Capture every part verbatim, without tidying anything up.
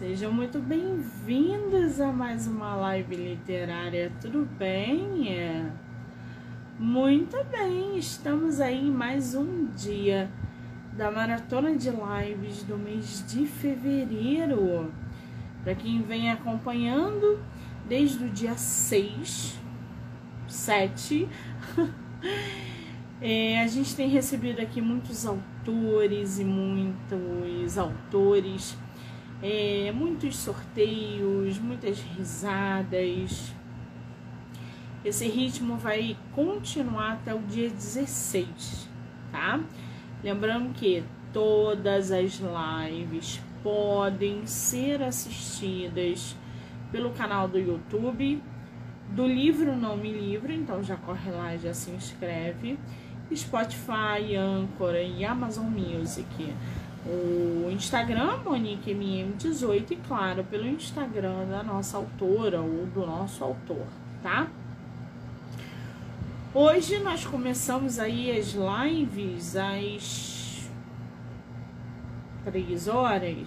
Sejam muito bem-vindos a mais uma live literária, tudo bem? É. Muito bem, estamos aí em mais um dia da maratona de lives do mês de fevereiro. Para quem vem acompanhando desde o dia seis, sete, é, a gente tem recebido aqui muitos autores e muitos autores. É, muitos sorteios, muitas risadas. Esse ritmo vai continuar até o dia dezesseis, tá? Lembrando que todas as lives podem ser assistidas pelo canal do YouTube do Livro Não Me Livro, então já corre lá e já se inscreve. Spotify, Anchor e Amazon Music. O Instagram, Monique M M dezoito, e claro, pelo Instagram da nossa autora ou do nosso autor, tá? Hoje nós começamos aí as lives às três horas,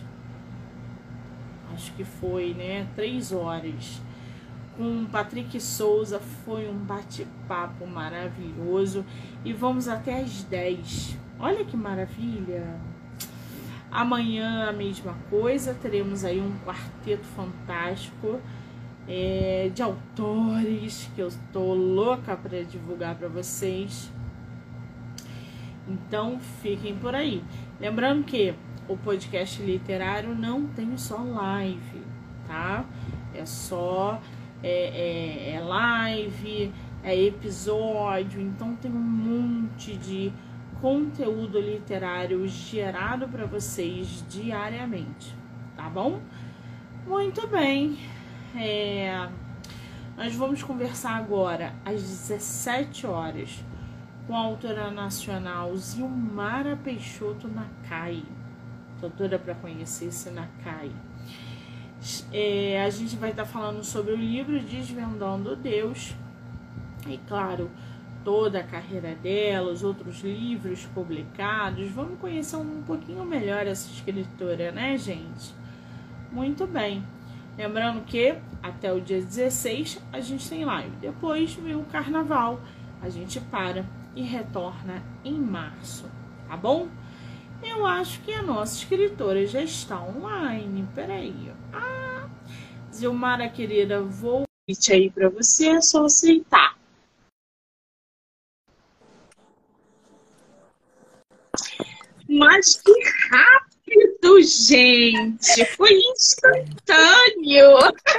acho que foi, né? Três horas, com o Patrick Souza, foi um bate-papo maravilhoso, e vamos até às dez. Olha que maravilha! Amanhã a mesma coisa, teremos aí um quarteto fantástico é, de autores que eu estou louca para divulgar para vocês. Então fiquem por aí. Lembrando que o podcast literário não tem só live, tá? É só é, é, é live, é episódio, então tem um monte de conteúdo literário gerado para vocês diariamente, tá bom? Muito bem, é, nós vamos conversar agora às dezessete horas com a autora nacional Zilmara Peixoto Nakai. Tô doida para conhecer esse Nakai. É, a gente vai estar falando sobre o livro Desvendando Deus, e claro, toda a carreira dela, os outros livros publicados. Vamos conhecer um pouquinho melhor essa escritora, né, gente? Muito bem. Lembrando que até o dia dezesseis a gente tem live. Depois vem o carnaval. A gente para e retorna em março, tá bom? Eu acho que a nossa escritora já está online. Peraí. Ah, Zilmara, querida, vou aí para você, é só aceitar. Mas que rápido, gente! Foi instantâneo!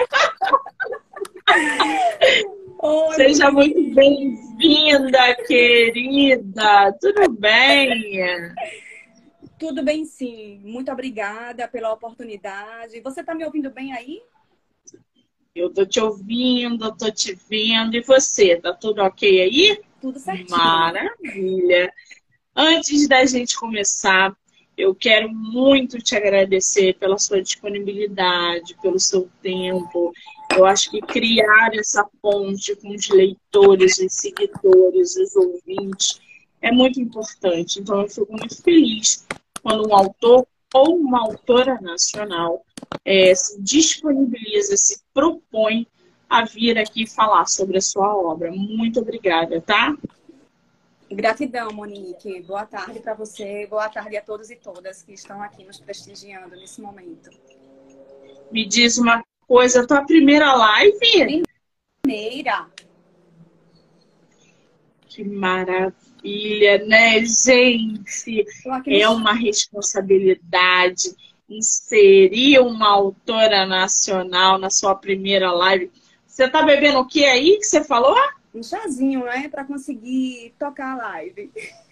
Oi, Seja muito bem-vinda, querida! Tudo bem? tudo bem, sim. Muito obrigada pela oportunidade. Você está me ouvindo bem aí? Eu tô te ouvindo, tô te vendo. E você, tá tudo ok aí? Tudo certinho. Maravilha! Antes da gente começar, eu quero muito te agradecer pela sua disponibilidade, pelo seu tempo. Eu acho que criar essa ponte com os leitores, os seguidores, os ouvintes é muito importante. Então, eu fico muito feliz quando um autor ou uma autora nacional é, se disponibiliza, se propõe a vir aqui falar sobre a sua obra. Muito obrigada, tá? Gratidão, Monique. Boa tarde para você. Boa tarde a todos e todas que estão aqui nos prestigiando nesse momento. Me diz uma coisa, tua primeira live? Primeira. Que maravilha, né, gente? É uma responsabilidade inserir uma autora nacional na sua primeira live. Você tá bebendo o que aí que você falou? Um chazinho, né? Para conseguir tocar a live.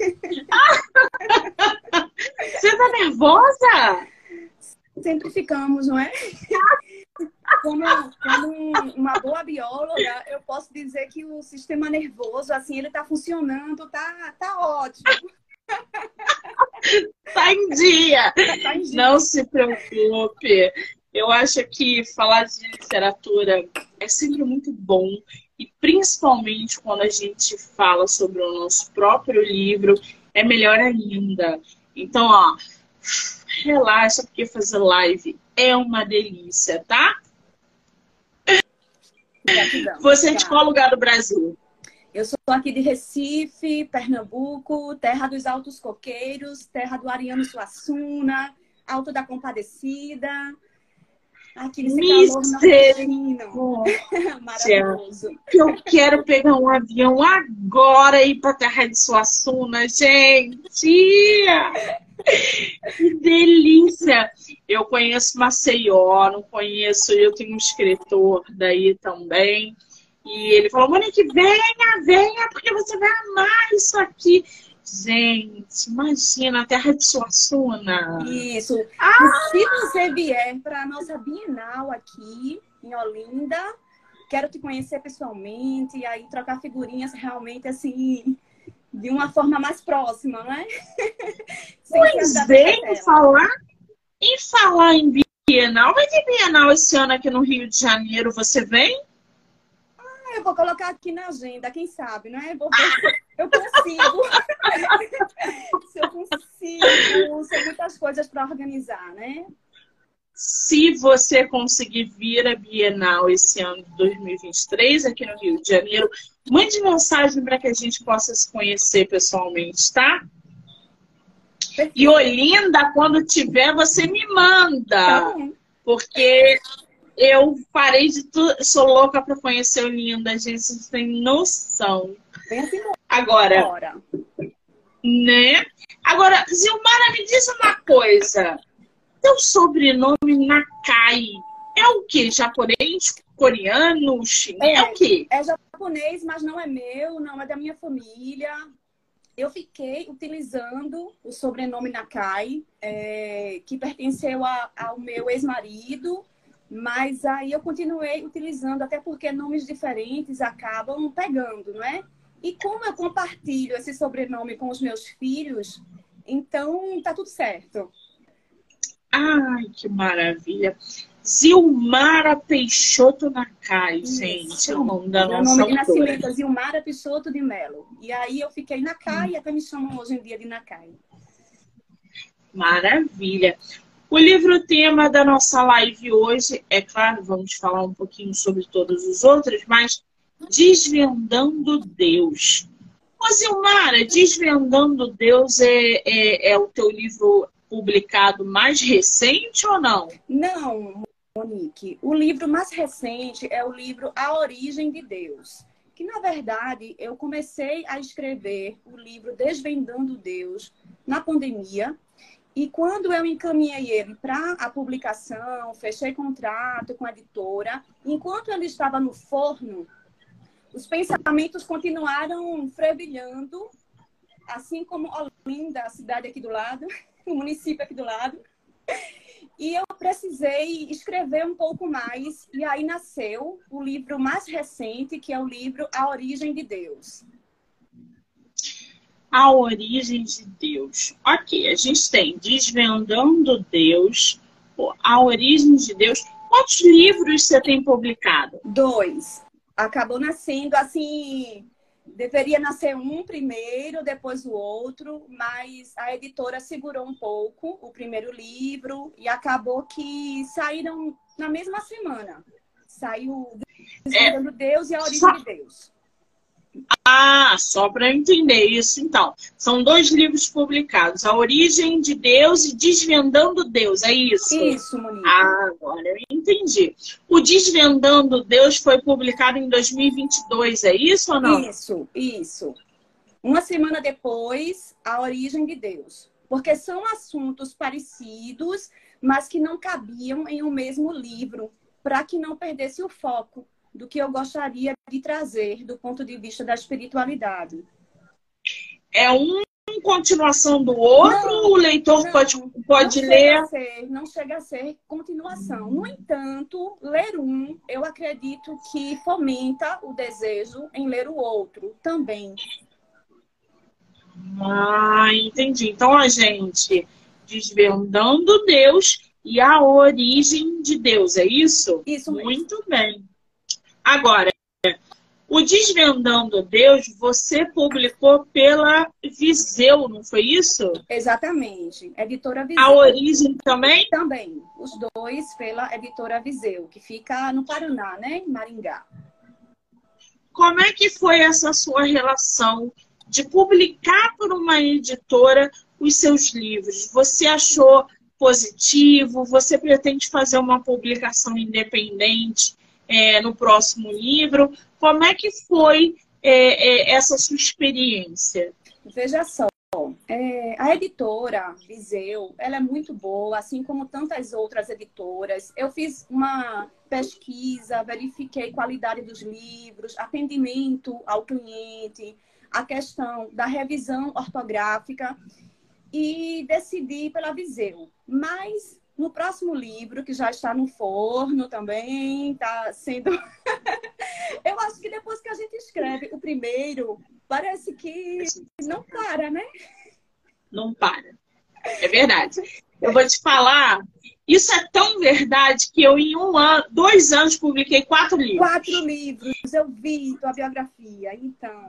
Você tá nervosa? Sempre ficamos, não é? Como, como uma boa bióloga, eu posso dizer que o sistema nervoso, assim, ele tá funcionando, tá, tá ótimo. Tá em dia. Tá em dia. Não se preocupe. Eu acho que falar de literatura é sempre muito bom. E principalmente quando a gente fala sobre o nosso próprio livro, é melhor ainda. Então, ó, relaxa, porque fazer live é uma delícia, tá? Gratidão. Você é de qual lugar do Brasil? Eu sou aqui de Recife, Pernambuco, terra dos Altos Coqueiros, terra do Ariano Suassuna, Alto da Compadecida. Aqui nesse calor nordestino. Maravilhoso. Eu quero pegar um avião agora e ir para a terra de Suassuna, gente! Que delícia! Eu conheço Maceió, não conheço, eu tenho um escritor daí também. E ele falou, Monique, venha, venha, porque você vai amar isso aqui. Gente, imagina, a terra de Suassuna. Isso. Ah! E se você vier para a nossa Bienal aqui, em Olinda, quero te conhecer pessoalmente e aí trocar figurinhas realmente assim, de uma forma mais próxima, não é? Pois é, em falar, em falar em Bienal, vai ter Bienal esse ano aqui no Rio de Janeiro, você vem? Eu vou colocar aqui na agenda, quem sabe, não é? Vou ver se eu consigo. Se eu consigo. São muitas coisas para organizar, né? Se você conseguir vir a Bienal esse ano de dois mil e vinte e três aqui no Rio de Janeiro, mande mensagem para que a gente possa se conhecer pessoalmente, tá? Perfeito. E Olinda, quando tiver, você me manda. Tá. Porque... eu parei de tudo, sou louca para conhecer Olinda, a gente não tem noção. Assim, agora, agora, né? Agora, Zilmara, me diz uma coisa. Teu sobrenome Nakai é o quê? Japonês, coreano, chinês? É, é o quê? É japonês, mas não é meu, não é da minha família. Eu fiquei utilizando o sobrenome Nakai, é, que pertenceu a, ao meu ex-marido. Mas aí eu continuei utilizando, até porque nomes diferentes acabam pegando, não é? E como eu compartilho esse sobrenome com os meus filhos, então tá tudo certo. Ai, que maravilha. Zilmara Peixoto Nakai, gente. É o nome da Meu nossa nome de autora. nascimento é Zilmara Peixoto de Melo. E aí eu fiquei Nakai, hum. até me chamam hoje em dia de Nakai. Maravilha. O livro tema da nossa live hoje, é claro, vamos falar um pouquinho sobre todos os outros, mas Desvendando Deus. Ô, Zilmara, Desvendando Deus é, é, é o teu livro publicado mais recente ou não? Não, Monique. O livro mais recente é o livro A Origem de Deus. Que, na verdade, eu comecei a escrever o livro Desvendando Deus na pandemia. E quando eu encaminhei ele para a publicação, fechei contrato com a editora, enquanto ele estava no forno, os pensamentos continuaram fervilhando, assim como Olinda, a cidade aqui do lado, o município aqui do lado. E eu precisei escrever um pouco mais, e aí nasceu o livro mais recente, que é o livro A Origem de Deus. A Origem de Deus. Ok, a gente tem Desvendando Deus, A Origem de Deus. Quantos livros você tem publicado? Dois. Acabou nascendo assim, deveria nascer um primeiro, depois o outro, mas a editora segurou um pouco o primeiro livro e acabou que saíram na mesma semana. Saiu Desvendando é, Deus e A Origem só... de Deus. Ah, só para eu entender isso, então. São dois livros publicados, A Origem de Deus e Desvendando Deus, é isso? Isso, Monique. Ah, agora eu entendi. O Desvendando Deus foi publicado em dois mil e vinte e dois, é isso ou não? Isso, isso. Uma semana depois, A Origem de Deus. Porque são assuntos parecidos, mas que não cabiam em um mesmo livro, para que não perdesse o foco do que eu gostaria de trazer do ponto de vista da espiritualidade. É um em continuação do outro, não, o leitor não, pode, pode não ler... Chega a ser, não chega a ser continuação. No entanto, ler um, eu acredito que fomenta o desejo em ler o outro também. Ah, entendi. Então, a gente Desvendando Deus e A Origem de Deus, é isso? Isso mesmo. Muito bem. Agora, O Desvendando Deus, você publicou pela Viseu, não foi isso? Exatamente. Editora Viseu. A Origem também? Também. Os dois pela Editora Viseu, que fica no Paraná, né? Em Maringá. Como é que foi essa sua relação de publicar por uma editora os seus livros? Você achou positivo? Você pretende fazer uma publicação independente é, no próximo livro? Como é que foi é, é, essa sua experiência? Veja só, é, a editora Viseu, ela é muito boa, assim como tantas outras editoras. Eu fiz uma pesquisa, verifiquei qualidade dos livros, atendimento ao cliente, a questão da revisão ortográfica e decidi pela Viseu. Mas no próximo livro, que já está no forno também, está sendo... Eu acho que depois que a gente escreve o primeiro, parece que não para, né? Não para. É verdade. Eu vou te falar, isso é tão verdade que eu em um ano, dois anos, publiquei quatro livros. Quatro livros, eu vi tua biografia, então...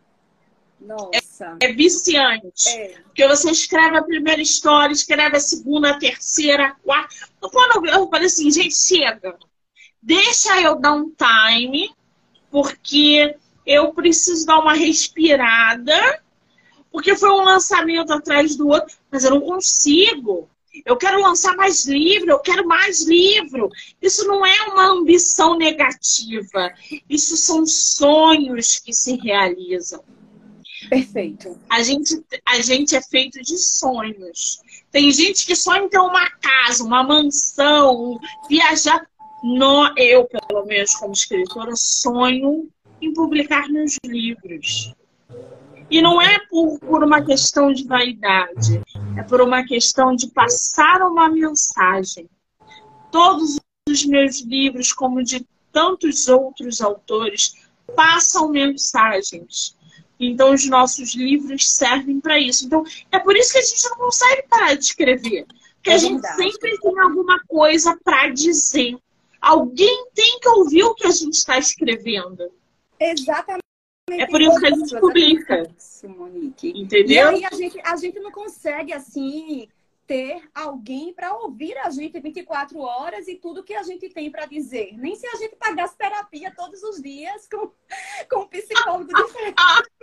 Nossa. É, é viciante. É. Porque você escreve a primeira história, escreve a segunda, a terceira, a quarta. Então, quando eu falei assim, gente, chega. Deixa eu dar um time, porque eu preciso dar uma respirada, porque foi um lançamento atrás do outro, mas eu não consigo. Eu quero lançar mais livro, eu quero mais livro. Isso não é uma ambição negativa. Isso são sonhos que se realizam. Perfeito. A gente, a gente é feito de sonhos. Tem gente que sonha em ter uma casa, uma mansão, viajar. No, eu, pelo menos, como escritora, sonho em publicar meus livros. E não é por, por uma questão de vaidade, é por uma questão de passar uma mensagem. Todos os meus livros, como de tantos outros autores, passam mensagens. Então, os nossos livros servem para isso. Então, é por isso que a gente não consegue parar de escrever. Porque É a gente verdade. sempre tem alguma coisa para dizer. Alguém tem que ouvir o que a gente está escrevendo. Exatamente. É por isso que a gente publica. Isso, Monique. Entendeu? E aí a gente, a gente não consegue, assim, ter alguém para ouvir a gente vinte e quatro horas e tudo que a gente tem para dizer. Nem se a gente pagasse terapia todos os dias com, com um psicólogo diferente.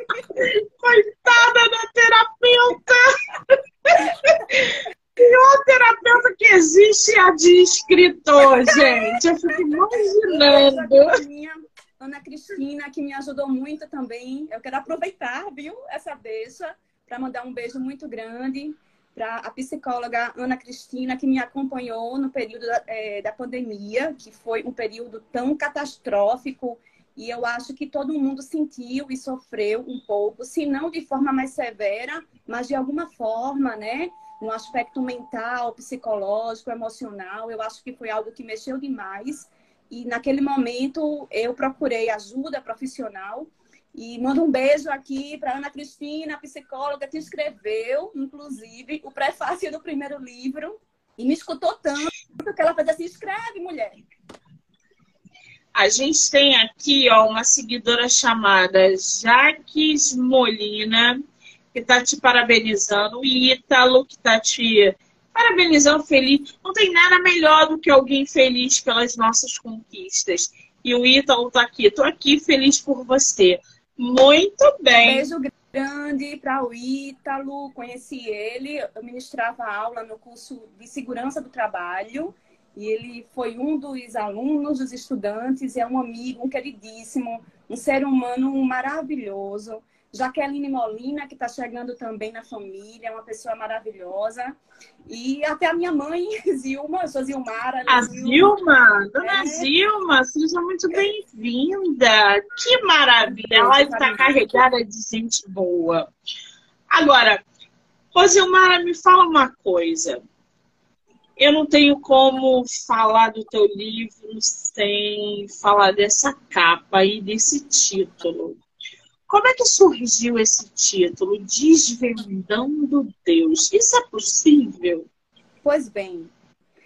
Coitada da terapeuta! Pior terapeuta que existe é a de escritor, gente. Eu fico imaginando. Minha Ana Cristina, que me ajudou muito também. Eu quero aproveitar, viu, essa deixa para mandar um beijo muito grande para a psicóloga Ana Cristina, que me acompanhou no período da, é, da pandemia, que foi um período tão catastrófico. E eu acho que todo mundo sentiu e sofreu um pouco, se não de forma mais severa, mas de alguma forma, né? No aspecto mental, psicológico, emocional. Eu acho que foi algo que mexeu demais. E naquele momento eu procurei ajuda profissional. E mando um beijo aqui para Ana Cristina, psicóloga, que escreveu, inclusive, o prefácio do primeiro livro. E me escutou tanto que ela fez assim, escreve, mulher. A gente tem aqui ó, uma seguidora chamada Jaques Molina, que está te parabenizando. O Ítalo, que está te parabenizando, feliz. Não tem nada melhor do que alguém feliz pelas nossas conquistas. E o Ítalo está aqui. Estou aqui feliz por você. Muito bem. Beijo grande para o Ítalo. Conheci ele. Eu ministrava aula no curso de Segurança do Trabalho. E ele foi um dos alunos, dos estudantes. É um amigo, um queridíssimo. Um ser humano maravilhoso. Jaqueline Molina, que está chegando também na família, é uma pessoa maravilhosa. E até a minha mãe, Zilma, eu sou Zilmara. A Zilma, dona é. Zilma, seja muito bem-vinda. Que maravilha, a live está carregada de gente boa. Agora, ô Zilmara, me fala uma coisa. Eu não tenho como falar do teu livro sem falar dessa capa e desse título. Como é que surgiu esse título, Desvendando Deus? Isso é possível? Pois bem,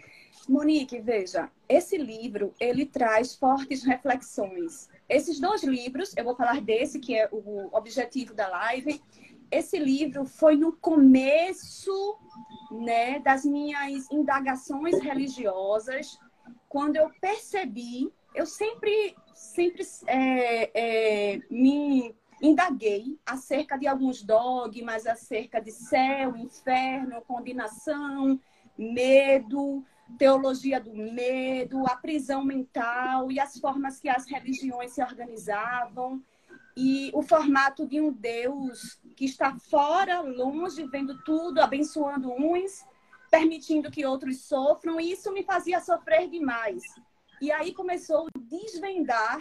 Monique, veja, esse livro, ele traz fortes reflexões. Esses dois livros, eu vou falar desse, que é o objetivo da live. Esse livro foi no começo, né, das minhas indagações religiosas, quando eu percebi, eu sempre, sempre é, é, me indaguei acerca de alguns dogmas, acerca de céu, inferno, condenação, medo, teologia do medo, a prisão mental e as formas que as religiões se organizavam e o formato de um Deus que está fora, longe, vendo tudo, abençoando uns, permitindo que outros sofram, e isso me fazia sofrer demais. E aí começou a desvendar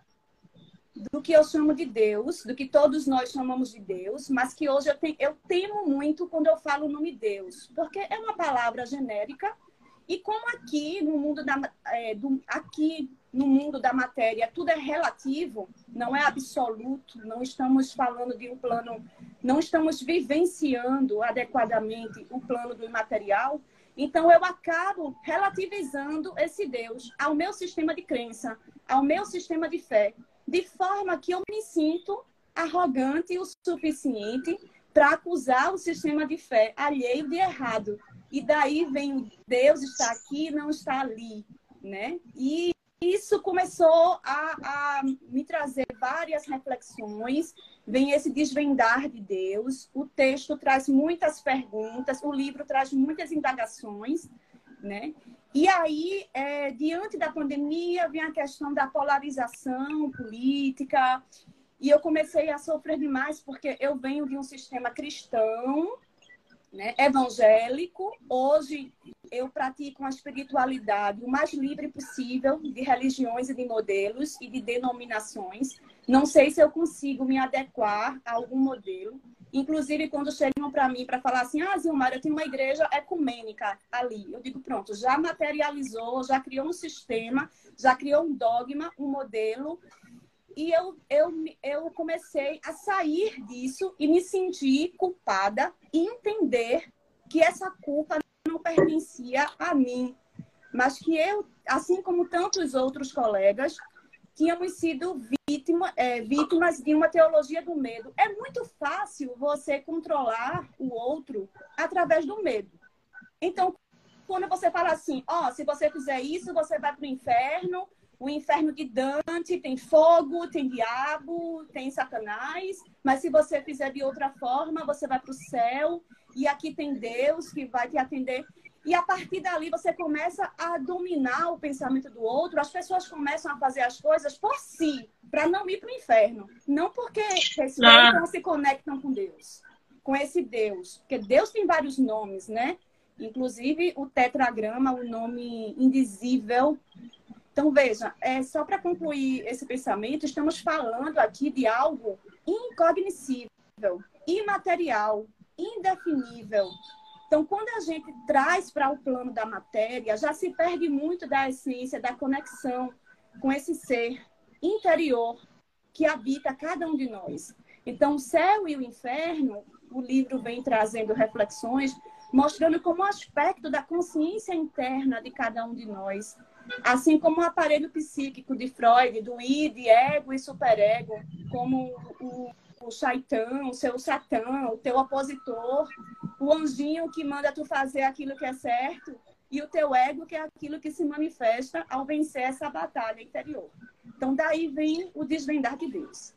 do que eu chamo de Deus, do que todos nós chamamos de Deus, mas que hoje eu, te, eu temo muito quando eu falo o nome Deus, porque é uma palavra genérica, e como aqui no mundo da, é, do, aqui no mundo da matéria tudo é relativo, não é absoluto, não estamos falando de um plano, não estamos vivenciando adequadamente o plano do imaterial, então eu acabo relativizando esse Deus ao meu sistema de crença, ao meu sistema de fé, de forma que eu me sinto arrogante o suficiente para acusar o sistema de fé alheio de errado. E daí vem o Deus está aqui, não está ali, né? E isso começou a, a me trazer várias reflexões, vem esse desvendar de Deus, o texto traz muitas perguntas, o livro traz muitas indagações, né? E aí, é, diante da pandemia, vem a questão da polarização política, e eu comecei a sofrer demais, porque eu venho de um sistema cristão, né, evangélico. Hoje eu pratico uma espiritualidade o mais livre possível de religiões e de modelos e de denominações. Não sei se eu consigo me adequar a algum modelo. Inclusive, quando chegam para mim para falar assim, ah, Zilmar, eu tenho uma igreja ecumênica ali. Eu digo, pronto, já materializou, já criou um sistema, já criou um dogma, um modelo. E eu, eu, eu comecei a sair disso e me sentir culpada e entender que essa culpa não pertencia a mim, mas que eu, assim como tantos outros colegas, tínhamos sido vítima, é, vítimas de uma teologia do medo. É muito fácil você controlar o outro através do medo. Então, quando você fala assim, ó, oh, se você fizer isso, você vai para o inferno, o inferno de Dante tem fogo, tem diabo, tem Satanás, mas se você fizer de outra forma, você vai para o céu, e aqui tem Deus que vai te atender. E a partir dali você começa a dominar o pensamento do outro, as pessoas começam a fazer as coisas por si, para não ir para o inferno. Não porque respeitam ou se conectam com Deus, com esse Deus. Porque Deus tem vários nomes, né? Inclusive o tetragrama, o nome indizível. Então, veja, é, só para concluir esse pensamento, estamos falando aqui de algo incognoscível, imaterial, indefinível. Então, quando a gente traz para o plano da matéria, já se perde muito da essência, da conexão com esse ser interior que habita cada um de nós. Então, o céu e o inferno, o livro vem trazendo reflexões, mostrando como um aspecto da consciência interna de cada um de nós, assim como o aparelho psíquico de Freud, do id, ego e superego, como o, o Shaitan, o seu Satã, o teu opositor, o anjinho que manda tu fazer aquilo que é certo, e o teu ego, que é aquilo que se manifesta ao vencer essa batalha interior. Então, daí vem o desvendar de Deus.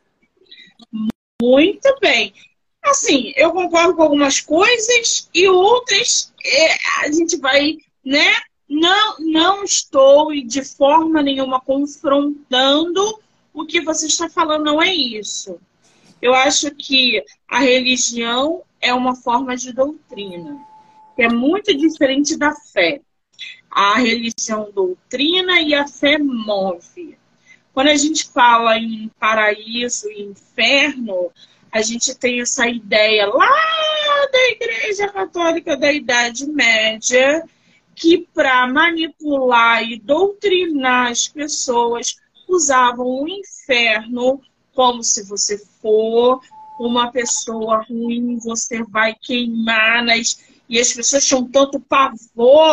Muito bem. Assim, eu concordo com algumas coisas e outras é, a gente vai, né? Não, não estou de forma nenhuma confrontando o que você está falando, não é isso. Eu acho que a religião é uma forma de doutrina, que é muito diferente da fé. A religião doutrina e a fé move. Quando a gente fala em paraíso e inferno, a gente tem essa ideia lá da Igreja Católica da Idade Média, que para manipular e doutrinar as pessoas usavam o inferno como se você for uma pessoa ruim, você vai queimar nas... E as pessoas tinham tanto pavor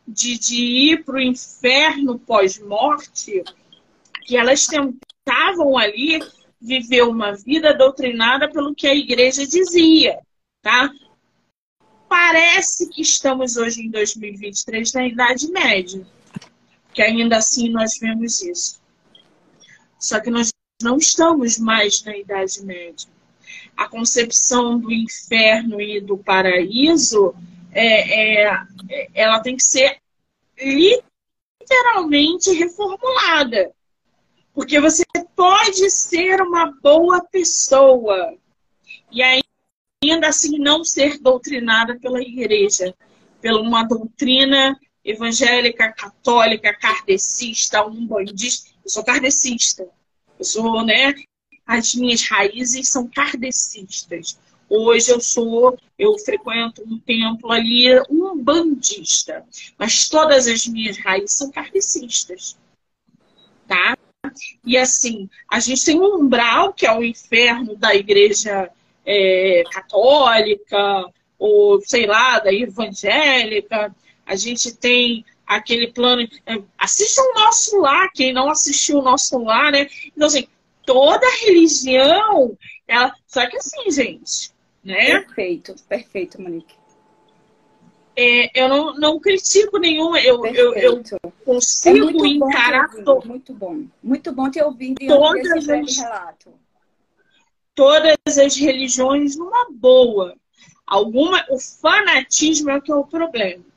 de, de ir para o inferno pós-morte, que elas tentavam ali viver uma vida doutrinada pelo que a igreja dizia, tá? Parece que estamos hoje em dois mil e vinte e três na Idade Média, que ainda assim nós vemos isso. Só que nós não estamos mais na Idade Média. A concepção do inferno e do paraíso, é, é, ela tem que ser literalmente reformulada. Porque você pode ser uma boa pessoa e ainda assim não ser doutrinada pela igreja, pela uma doutrina evangélica, católica, kardecista, umbandista. Eu sou kardecista. Eu sou, né? As minhas raízes são kardecistas. Hoje eu sou, eu frequento um templo ali umbandista, mas todas as minhas raízes são kardecistas, tá? E assim, a gente tem um umbral, que é o inferno da igreja é, católica, ou sei lá, da evangélica. A gente tem aquele plano. É, assistam o nosso lar, quem não assistiu o nosso lar, né? Então, assim, toda religião, ela. Só que assim, gente, né? Perfeito, perfeito, Monique. É, eu não, não critico nenhuma, eu, eu, eu consigo é muito encarar... Bom to... Muito bom, muito bom te ouvir diante todas desse breve as, relato. Todas as religiões numa boa. Alguma, o fanatismo é o que é o problema.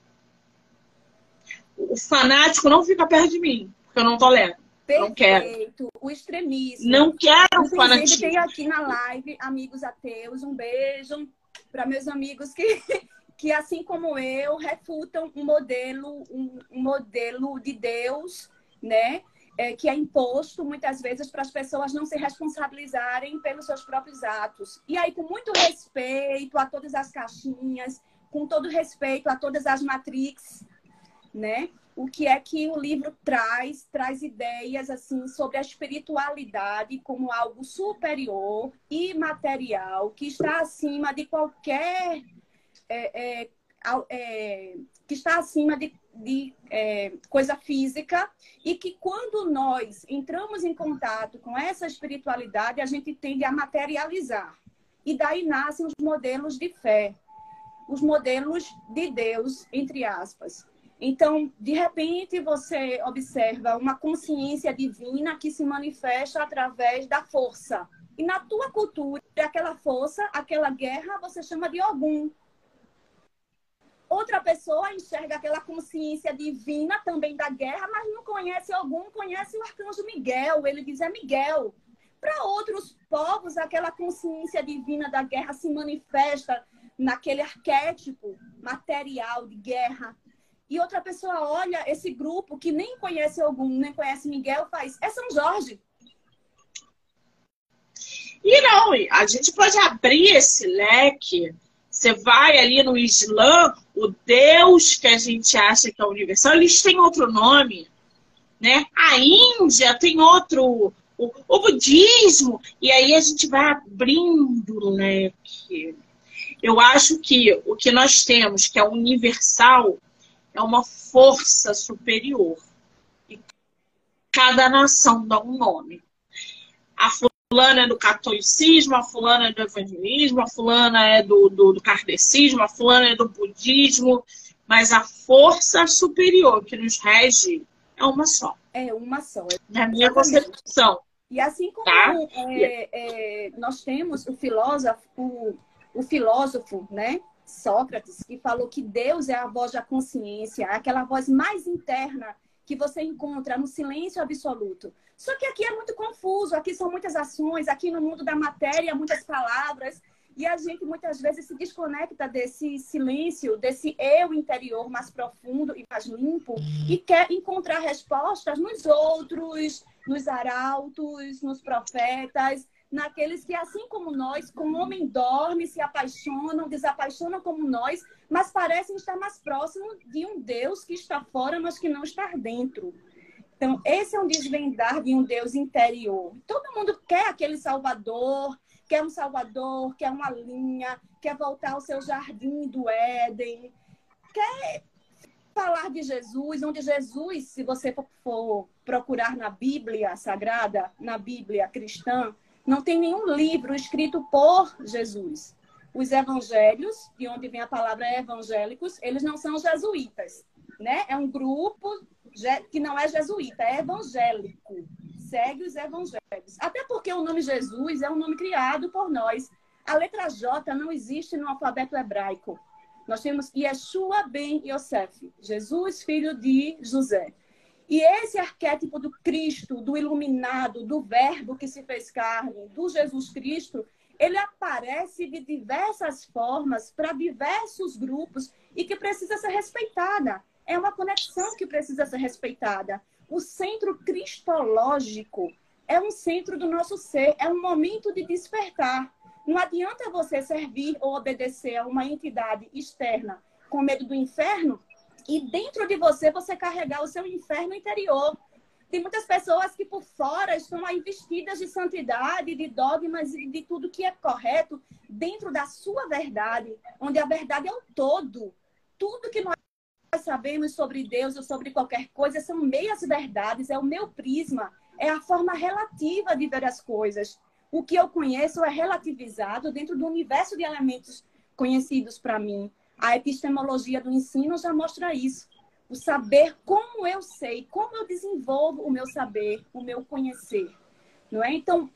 O fanático não fica perto de mim, porque eu não tolero. Perfeito. Não quero. O extremismo. Não quero o Inclusive, fanatismo. tem aqui na live amigos ateus, um beijo para meus amigos que... que, assim como eu, refutam um modelo, um, um modelo de Deus, né? É, que é imposto, muitas vezes, para as pessoas não se responsabilizarem pelos seus próprios atos. E aí, com muito respeito a todas as caixinhas, com todo respeito a todas as matrix, né? O que é que o livro traz? Traz ideias, assim, sobre a espiritualidade como algo superior, imaterial, que está acima de qualquer... É, é, é, que está acima de, de é, coisa física e que quando nós entramos em contato com essa espiritualidade, a gente tende a materializar. E daí nascem os modelos de fé, os modelos de Deus, entre aspas. Então, de repente, você observa uma consciência divina que se manifesta através da força. E na tua cultura, aquela força, aquela guerra, você chama de Ogum. Outra pessoa enxerga aquela consciência divina também da guerra, mas não conhece algum, conhece o arcanjo Miguel. Ele diz, é Miguel. Para outros povos, aquela consciência divina da guerra se manifesta naquele arquétipo material de guerra. E outra pessoa olha esse grupo que nem conhece algum, nem conhece Miguel, faz, é São Jorge. E não, a gente pode abrir esse leque. Você vai ali no Islã, o Deus que a gente acha que é universal, eles têm outro nome, né? A Índia tem outro, o, o budismo, e aí a gente vai abrindo o leque. Eu acho que o que nós temos, que é universal, é uma força superior. E cada nação dá um nome. A fulana é do catolicismo, a fulana é do evangelismo, a fulana é do, do, do kardecismo, a fulana é do budismo, mas a força superior que nos rege é uma só. É uma só. Na minha concepção. E assim como tá? é, é, nós temos o filósofo, o, o filósofo, né, Sócrates, que falou que Deus é a voz da consciência, aquela voz mais interna que você encontra no silêncio absoluto. Só que aqui é muito confuso, aqui são muitas ações, aqui no mundo da matéria, muitas palavras, e a gente muitas vezes se desconecta desse silêncio, desse eu interior mais profundo e mais limpo, e quer encontrar respostas nos outros, nos arautos, nos profetas, naqueles que, assim como nós, como o homem dorme, se apaixonam, desapaixonam como nós, mas parecem estar mais próximos de um Deus que está fora, mas que não está dentro. Então, esse é um desvendar de um Deus interior. Todo mundo quer aquele Salvador, quer um Salvador, quer uma linha, quer voltar ao seu jardim do Éden, quer falar de Jesus, onde Jesus, se você for procurar na Bíblia Sagrada, na Bíblia cristã, não tem nenhum livro escrito por Jesus. Os evangelhos, de onde vem a palavra evangélicos, eles não são jesuítas, né? É um grupo que não é jesuíta, é evangélico. Segue os evangelhos. Até porque o nome Jesus é um nome criado por nós. A letra J não existe no alfabeto hebraico. Nós temos Yeshua ben Yosef, Jesus, filho de José. E esse arquétipo do Cristo, do iluminado, do verbo que se fez carne, do Jesus Cristo, ele aparece de diversas formas para diversos grupos e que precisa ser respeitada. É uma conexão que precisa ser respeitada. O centro cristológico é um centro do nosso ser, é um momento de despertar. Não adianta você servir ou obedecer a uma entidade externa com medo do inferno e dentro de você você carregar o seu inferno interior. Tem muitas pessoas que por fora estão aí vestidas de santidade, de dogmas e de tudo que é correto dentro da sua verdade, onde a verdade é o todo. Tudo que nós sabemos sobre Deus ou sobre qualquer coisa são meias verdades, é o meu prisma, é a forma relativa de ver as coisas. O que eu conheço é relativizado dentro do universo de elementos conhecidos para mim. A epistemologia do ensino já mostra isso. O saber como eu sei, como eu desenvolvo o meu saber, o meu conhecer. Não é? Então,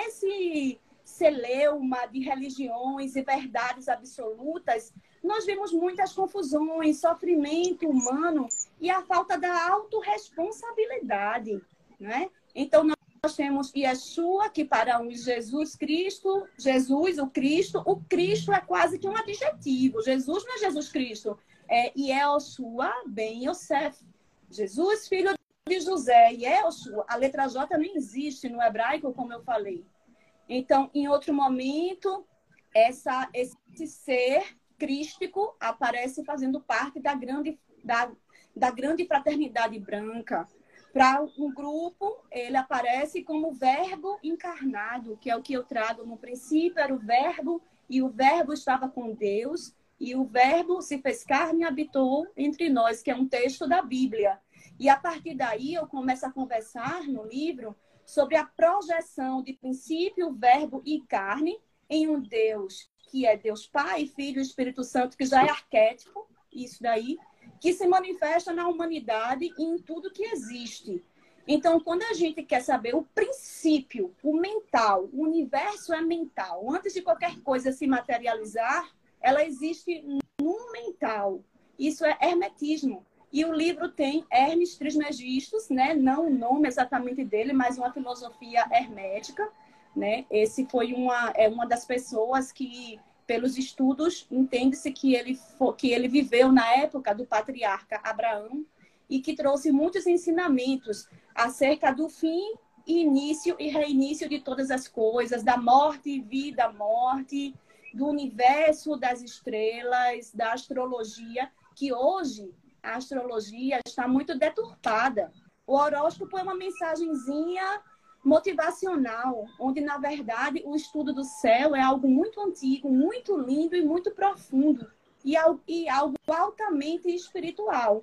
nesse celeuma de religiões e verdades absolutas, nós vemos muitas confusões, sofrimento humano e a falta da autorresponsabilidade. Não é? Então, nós Nós temos Yeshua, que para uns Jesus Cristo, Jesus, o Cristo, o Cristo é quase que um adjetivo. Jesus não é Jesus Cristo, é Yeshua ben Yosef. Jesus, filho de José, Yeshua. A letra J nem existe no hebraico, como eu falei. Então, em outro momento, essa, esse ser crístico aparece fazendo parte da grande, da, da grande fraternidade branca. Para um grupo, ele aparece como verbo encarnado, que é o que eu trago no princípio, era o verbo, e o verbo estava com Deus, e o verbo se fez carne e habitou entre nós, que é um texto da Bíblia. E a partir daí eu começo a conversar no livro sobre a projeção de princípio, verbo e carne em um Deus, que é Deus Pai, Filho e Espírito Santo, que já é arquétipo, isso daí, que se manifesta na humanidade e em tudo que existe. Então, quando a gente quer saber o princípio, o mental, o universo é mental. Antes de qualquer coisa se materializar, ela existe no mental. Isso é hermetismo. E o livro tem Hermes Trismegistus, né? Não o nome exatamente dele, mas uma filosofia hermética, né? Esse foi uma, é uma das pessoas que, pelos estudos, entende-se que ele, que ele viveu na época do patriarca Abraão e que trouxe muitos ensinamentos acerca do fim, início e reinício de todas as coisas, da morte, vida, morte, do universo, das estrelas, da astrologia, que hoje a astrologia está muito deturpada. O horóscopo é uma mensagenzinha motivacional, onde, na verdade, o estudo do céu é algo muito antigo, muito lindo e muito profundo, e algo altamente espiritual.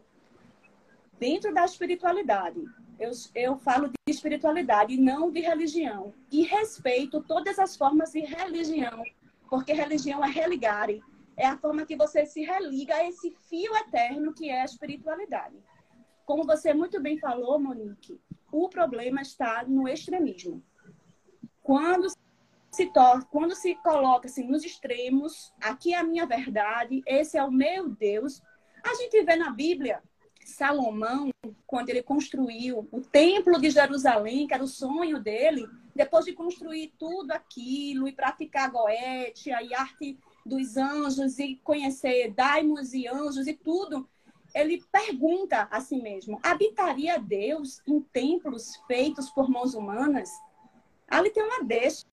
Dentro da espiritualidade, eu, eu falo de espiritualidade e não de religião. E respeito todas as formas de religião, porque religião é religare, é a forma que você se religa a esse fio eterno que é a espiritualidade. Como você muito bem falou, Monique, o problema está no extremismo. Quando se, torna, quando se coloca assim, nos extremos, aqui é a minha verdade, esse é o meu Deus. A gente vê na Bíblia, Salomão, quando ele construiu o templo de Jerusalém, que era o sonho dele, depois de construir tudo aquilo e praticar goétia e arte dos anjos e conhecer daimons e anjos e tudo, ele pergunta a si mesmo, habitaria Deus em templos feitos por mãos humanas? Ali tem uma deixa.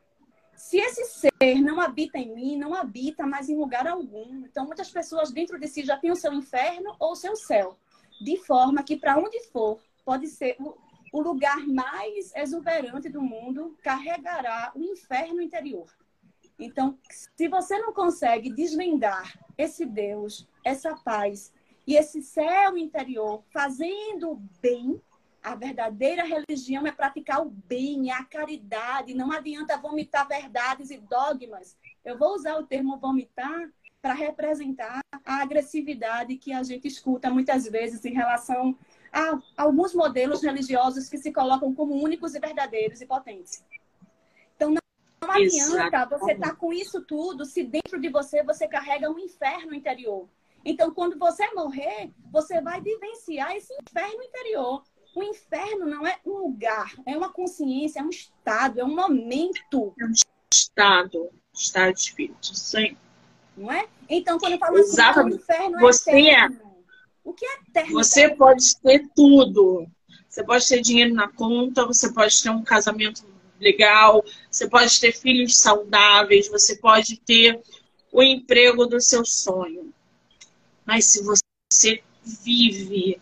Se esse ser não habita em mim, não habita mais em lugar algum. Então, muitas pessoas dentro de si já têm o seu inferno ou o seu céu. De forma que, para onde for, pode ser o, o lugar mais exuberante do mundo, carregará o inferno interior. Então, se você não consegue desvendar esse Deus, essa paz, E esse céu interior, fazendo o bem, a verdadeira religião é praticar o bem, é a caridade. Não adianta vomitar verdades e dogmas. Eu vou usar o termo vomitar para representar a agressividade que a gente escuta muitas vezes em relação a alguns modelos religiosos que se colocam como únicos e verdadeiros e potentes. Então, não, não adianta você estar com isso tudo se dentro de você você carrega um inferno interior. Então, quando você morrer, você vai vivenciar esse inferno interior. O inferno não é um lugar, é uma consciência, é um estado, é um momento. É um estado, estado de espírito, sim. Não é? Então, quando eu falo assim, ah, o inferno é você eterno. É... O que é eterno? Você pode ter tudo. Você pode ter dinheiro na conta, você pode ter um casamento legal, você pode ter filhos saudáveis, você pode ter o emprego do seu sonho. Mas se você vive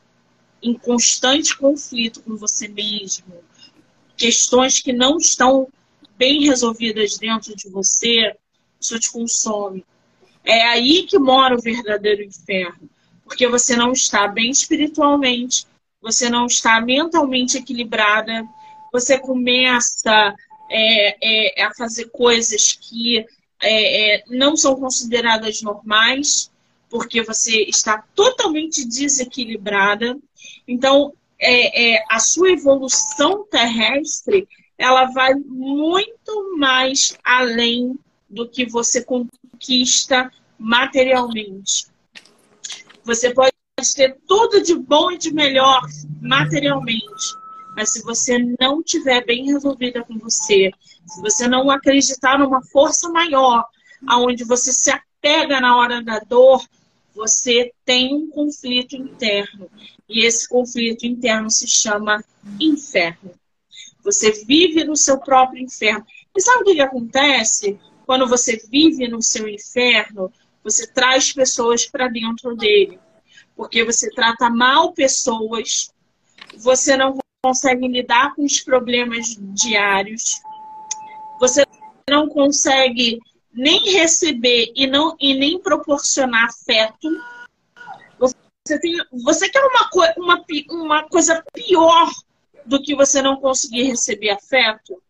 em constante conflito com você mesmo, questões que não estão bem resolvidas dentro de você, isso te consome. É aí que mora o verdadeiro inferno. Porque você não está bem espiritualmente, você não está mentalmente equilibrada, você começa é, é, a fazer coisas que é, é, não são consideradas normais, porque você está totalmente desequilibrada. Então, é, é, a sua evolução terrestre, ela vai muito mais além do que você conquista materialmente. Você pode ter tudo de bom e de melhor materialmente, mas se você não estiver bem resolvida com você, se você não acreditar numa força maior, aonde você se apega na hora da dor, você tem um conflito interno. E esse conflito interno se chama inferno. Você vive no seu próprio inferno. E sabe o que, que acontece? Quando você vive no seu inferno, você traz pessoas para dentro dele. Porque você trata mal pessoas, você não consegue lidar com os problemas diários, você não consegue nem receber e, não, e nem proporcionar afeto. Você, tem, você quer uma, uma, uma coisa pior do que você não conseguir receber afeto?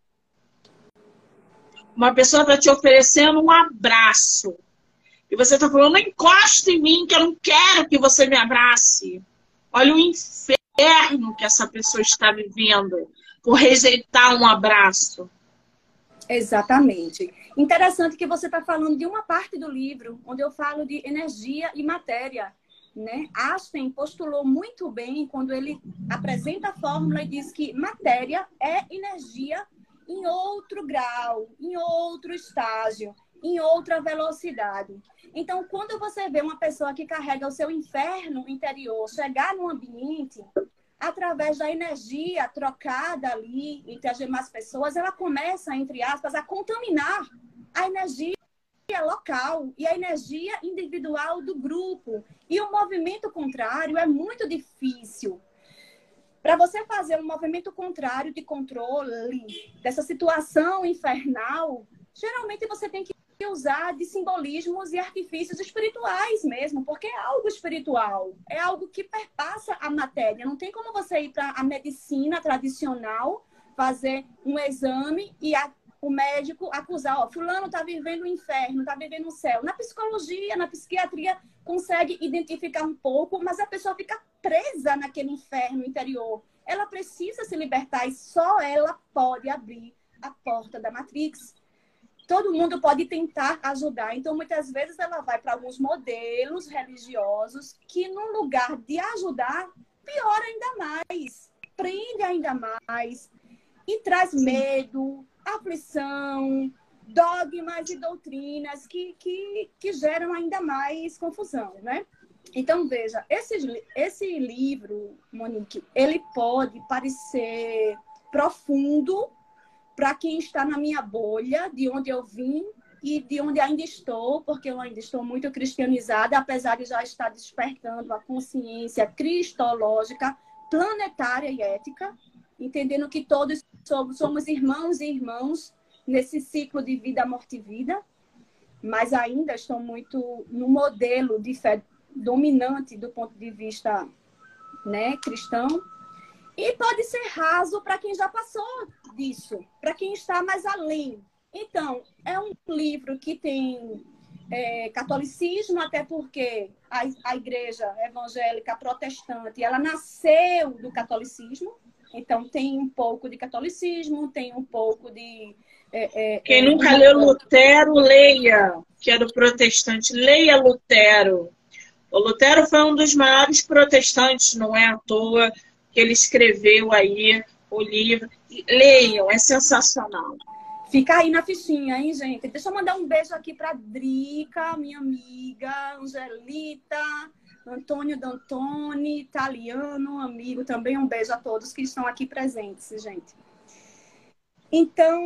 Uma pessoa está te oferecendo um abraço. E você está falando, não encosta em mim, que eu não quero que você me abrace. Olha o inferno que essa pessoa está vivendo por rejeitar um abraço. Exatamente. Interessante que você está falando de uma parte do livro, onde eu falo de energia e matéria. Né? Einstein postulou muito bem quando ele apresenta a fórmula e diz que matéria é energia em outro grau, em outro estágio, em outra velocidade. Então, quando você vê uma pessoa que carrega o seu inferno interior chegar num ambiente, através da energia trocada ali entre as demais pessoas, ela começa, entre aspas, a contaminar a energia local e a energia individual do grupo. E o movimento contrário é muito difícil. Para você fazer um movimento contrário de controle dessa situação infernal, geralmente você tem que usar de simbolismos e artifícios espirituais mesmo, porque é algo espiritual, é algo que perpassa a matéria. Não tem como você ir para a medicina tradicional, fazer um exame e a, o médico acusar, ó, fulano está vivendo o inferno, está vivendo o céu. Na psicologia, na psiquiatria, consegue identificar um pouco, mas a pessoa fica presa naquele inferno interior. Ela precisa se libertar e só ela pode abrir a porta da Matrix. Todo mundo pode tentar ajudar. Então, muitas vezes, ela vai para alguns modelos religiosos que, no lugar de ajudar, piora ainda mais, prende ainda mais e traz medo, aflição, dogmas e doutrinas que, que, que geram ainda mais confusão, né? Então, veja, esse, esse livro, Monique, ele pode parecer profundo para quem está na minha bolha, de onde eu vim e de onde ainda estou, porque eu ainda estou muito cristianizada, apesar de já estar despertando a consciência cristológica, planetária e ética, entendendo que todos somos, somos irmãos e irmãos nesse ciclo de vida, morte e vida, mas ainda estou muito no modelo de fé dominante do ponto de vista, né, cristão, e pode ser raso para quem já passou disso, para quem está mais além. Então, é um livro que tem é, catolicismo, até porque a, a igreja evangélica protestante, ela nasceu do catolicismo, então tem um pouco de catolicismo, tem um pouco de... É, é, quem é, nunca um... leu Lutero, leia, que é do protestante, leia Lutero. O Lutero foi um dos maiores protestantes, não é à toa que ele escreveu aí o livro. Leiam, é sensacional. Fica aí na fichinha, hein, gente? Deixa eu mandar um beijo aqui para Drica, minha amiga, Angelita, Antônio D'Antoni, italiano, amigo. Também um beijo a todos que estão aqui presentes, gente. Então,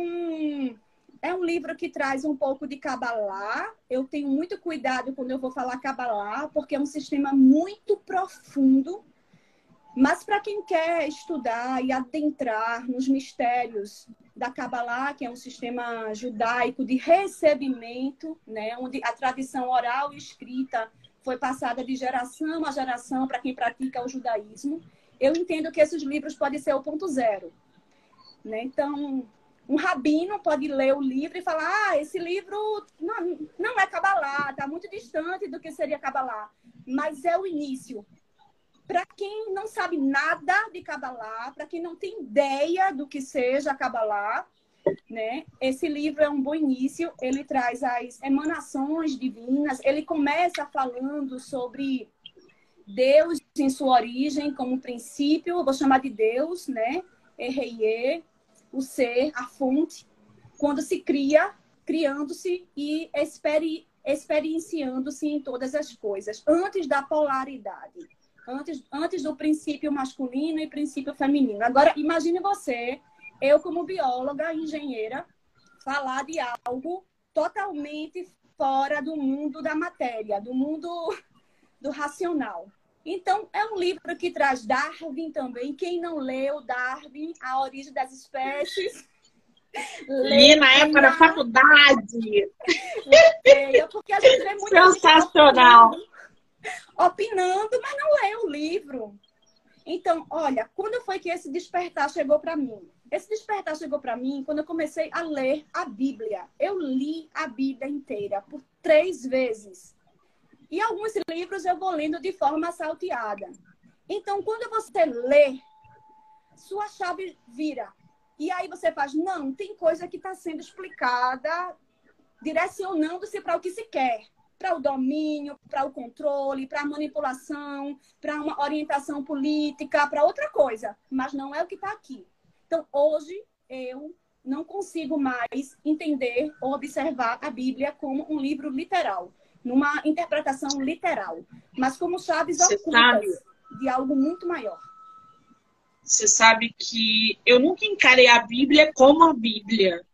é um livro que traz um pouco de Kabbalah. Eu tenho muito cuidado quando eu vou falar Kabbalah, porque é um sistema muito profundo. Mas para quem quer estudar e adentrar nos mistérios da Kabbalah, que é um sistema judaico de recebimento, né, onde a tradição oral e escrita foi passada de geração a geração para quem pratica o judaísmo, eu entendo que esses livros podem ser o ponto zero. Né? Então, um rabino pode ler o livro e falar: ah, esse livro não, não é Kabbalah, está muito distante do que seria Kabbalah, mas é o início. Para quem não sabe nada de Kabbalah, para quem não tem ideia do que seja Kabbalah, né, esse livro é um bom início. Ele traz as emanações divinas. Ele começa falando sobre Deus em sua origem, como princípio, eu vou chamar de Deus, né? Erreiê, o ser, a fonte, quando se cria, criando-se e experi experienciando-se em todas as coisas, antes da polaridade. Antes, antes do princípio masculino e princípio feminino. Agora, imagine você, eu como bióloga, engenheira, falar de algo totalmente fora do mundo da matéria, do mundo do racional. Então, é um livro que traz Darwin também. Quem não leu Darwin, A Origem das Espécies... Li na época da faculdade. Leia, porque a gente lê muito... Sensacional! Opinando, mas não lê o livro. Então, olha, quando foi que esse despertar chegou para mim? Esse despertar chegou para mim quando eu comecei a ler a Bíblia. Eu li a Bíblia inteira por três vezes. E alguns livros eu vou lendo de forma salteada. Então, quando você lê, sua chave vira. E aí você faz, não, tem coisa que está sendo explicada, direcionando-se para o que se quer. Para o domínio, para o controle, para a manipulação, para uma orientação política, para outra coisa. Mas não é o que está aqui. Então, hoje, eu não consigo mais entender ou observar a Bíblia como um livro literal, numa interpretação literal, mas como chaves Você ocultas sabe, de algo muito maior. Você sabe que eu nunca encarei a Bíblia como a Bíblia.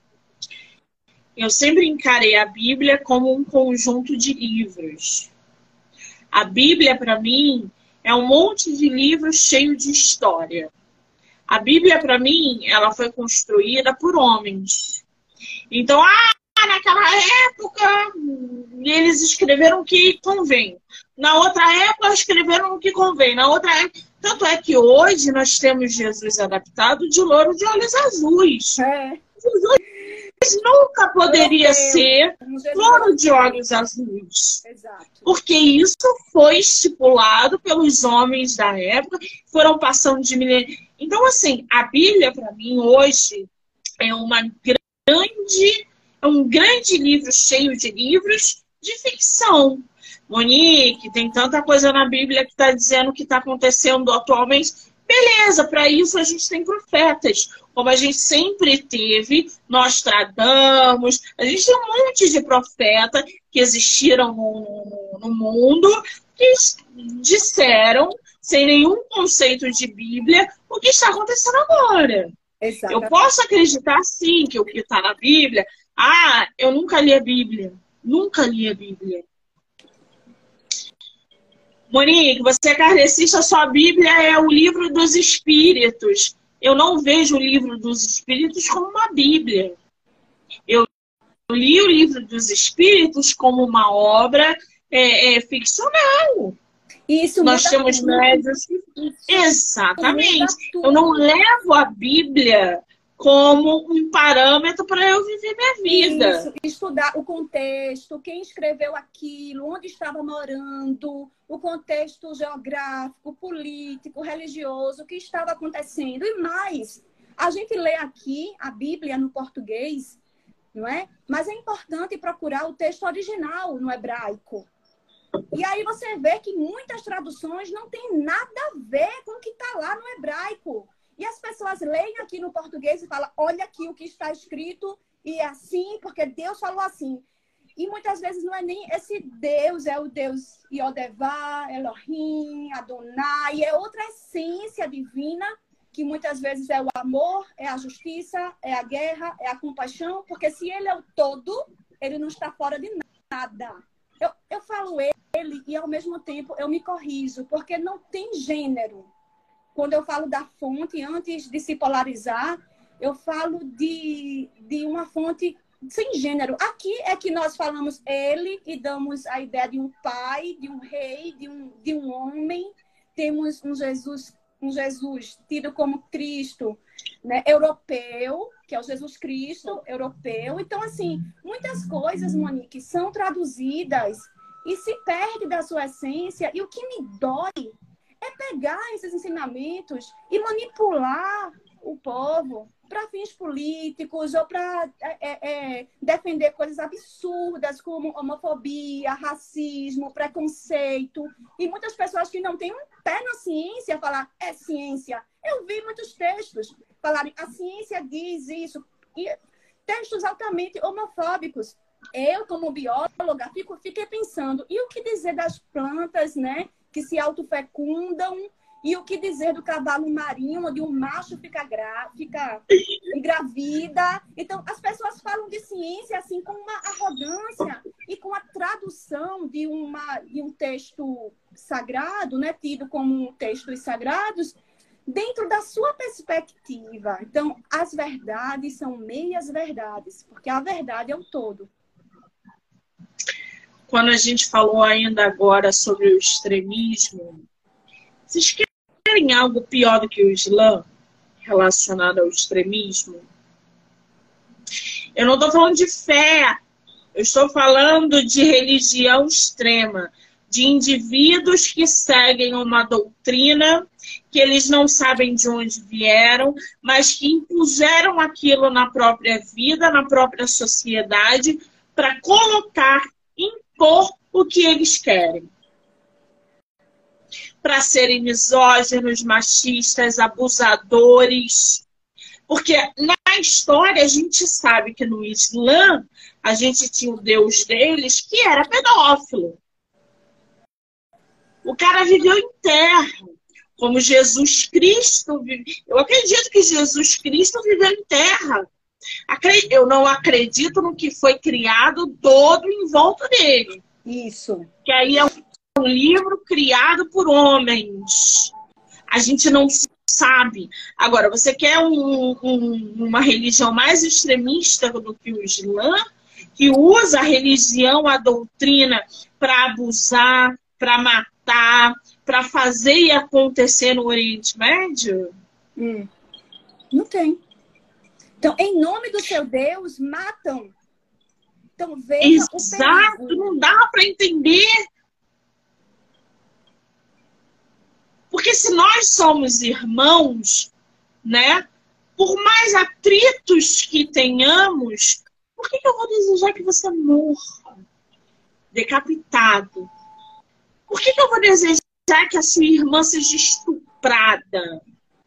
Eu sempre encarei a Bíblia como um conjunto de livros. A Bíblia, para mim, é um monte de livros cheio de história. A Bíblia, para mim, ela foi construída por homens. Então, ah, naquela época, eles escreveram o que convém. Na outra época, escreveram o que convém. Na outra época... Tanto é que hoje nós temos Jesus adaptado de louro de olhos azuis. É. Jesus nunca poderia Meu ser Deus, louro de olhos azuis. Exato. Porque isso foi estipulado pelos homens da época, foram passando de milênios. Então, assim, a Bíblia, para mim, hoje, é uma grande, é um grande livro cheio de livros de ficção. Monique, tem tanta coisa na Bíblia que está dizendo o que está acontecendo atualmente. Beleza, para isso a gente tem profetas, como a gente sempre teve, Nostradamus, a gente tem um monte de profetas que existiram no, no mundo, que disseram, sem nenhum conceito de Bíblia, o que está acontecendo agora. Exato. Eu posso acreditar, sim, que o que está na Bíblia... Ah, eu nunca li a Bíblia. Nunca li a Bíblia. Monique, você é kardecista, sua Bíblia é o livro dos Espíritos. Eu não vejo o livro dos Espíritos como uma Bíblia. Eu li o livro dos Espíritos como uma obra é, é ficcional. Isso Nós muda temos tudo. médios. Isso Exatamente. muda tudo. Eu não levo a Bíblia como um parâmetro para eu viver minha vida. Isso, estudar o contexto, quem escreveu aquilo, onde estava morando, o contexto geográfico, político, religioso, o que estava acontecendo. E mais, a gente lê aqui a Bíblia no português, não é? Mas é importante procurar o texto original no hebraico. E aí você vê que muitas traduções não têm nada a ver com o que está lá no hebraico. E as pessoas leem aqui no português e falam, olha aqui o que está escrito e é assim, porque Deus falou assim. E muitas vezes não é nem esse Deus, é o Deus Yodevá, Elohim, Adonai, é outra essência divina, que muitas vezes é o amor, é a justiça, é a guerra, é a compaixão, porque se ele é o todo, ele não está fora de nada. Eu, eu falo ele e ao mesmo tempo eu me corrijo, porque não tem gênero. Quando eu falo da fonte, antes de se polarizar, eu falo de, de uma fonte sem gênero. Aqui é que nós falamos ele e damos a ideia de um pai, de um rei, de um, de um homem. Temos um Jesus, um Jesus tido como Cristo, né, europeu, que é o Jesus Cristo europeu. Então, assim, muitas coisas, Monique, são traduzidas e se perde da sua essência. E o que me dói é pegar esses ensinamentos e manipular o povo para fins políticos ou para é, é, defender coisas absurdas como homofobia, racismo, preconceito. E muitas pessoas que não têm um pé na ciência falar, é ciência. Eu vi muitos textos falarem, a ciência diz isso. E textos altamente homofóbicos. Eu, como bióloga, fico, fiquei pensando, e o que dizer das plantas, né? Que se autofecundam, e o que dizer do cavalo marinho, onde um macho fica, gra... fica engravida. Então, as pessoas falam de ciência assim com uma arrogância e com a tradução de, uma, de um texto sagrado, né, tido como textos sagrados, dentro da sua perspectiva. Então, as verdades são meias verdades, porque a verdade é o todo. Quando a gente falou ainda agora sobre o extremismo, vocês querem algo pior do que o Islã relacionado ao extremismo? Eu não estou falando de fé, eu estou falando de religião extrema, de indivíduos que seguem uma doutrina que eles não sabem de onde vieram, mas que impuseram aquilo na própria vida, na própria sociedade, para colocar impor o que eles querem. Para serem misóginos, machistas, abusadores. Porque na história a gente sabe que no Islã a gente tinha o Deus deles que era pedófilo. O cara viveu em terra, como Jesus Cristo. Eu acredito que Jesus Cristo viveu em terra. Eu não acredito no que foi criado todo em volta dele. Isso. Que aí é um livro criado por homens. A gente não sabe. Agora, você quer um, um, uma religião mais extremista do que o Islã, que usa a religião, a doutrina, para abusar, para matar, para fazer e acontecer no Oriente Médio? Hum. Não tem. Então, em nome do seu Deus, matam. Então, veja Exato, o perigo. não dá para entender. Porque se nós somos irmãos, né? Por mais atritos que tenhamos, por que eu vou desejar que você morra decapitado? Por que eu vou desejar que a sua irmã seja estuprada?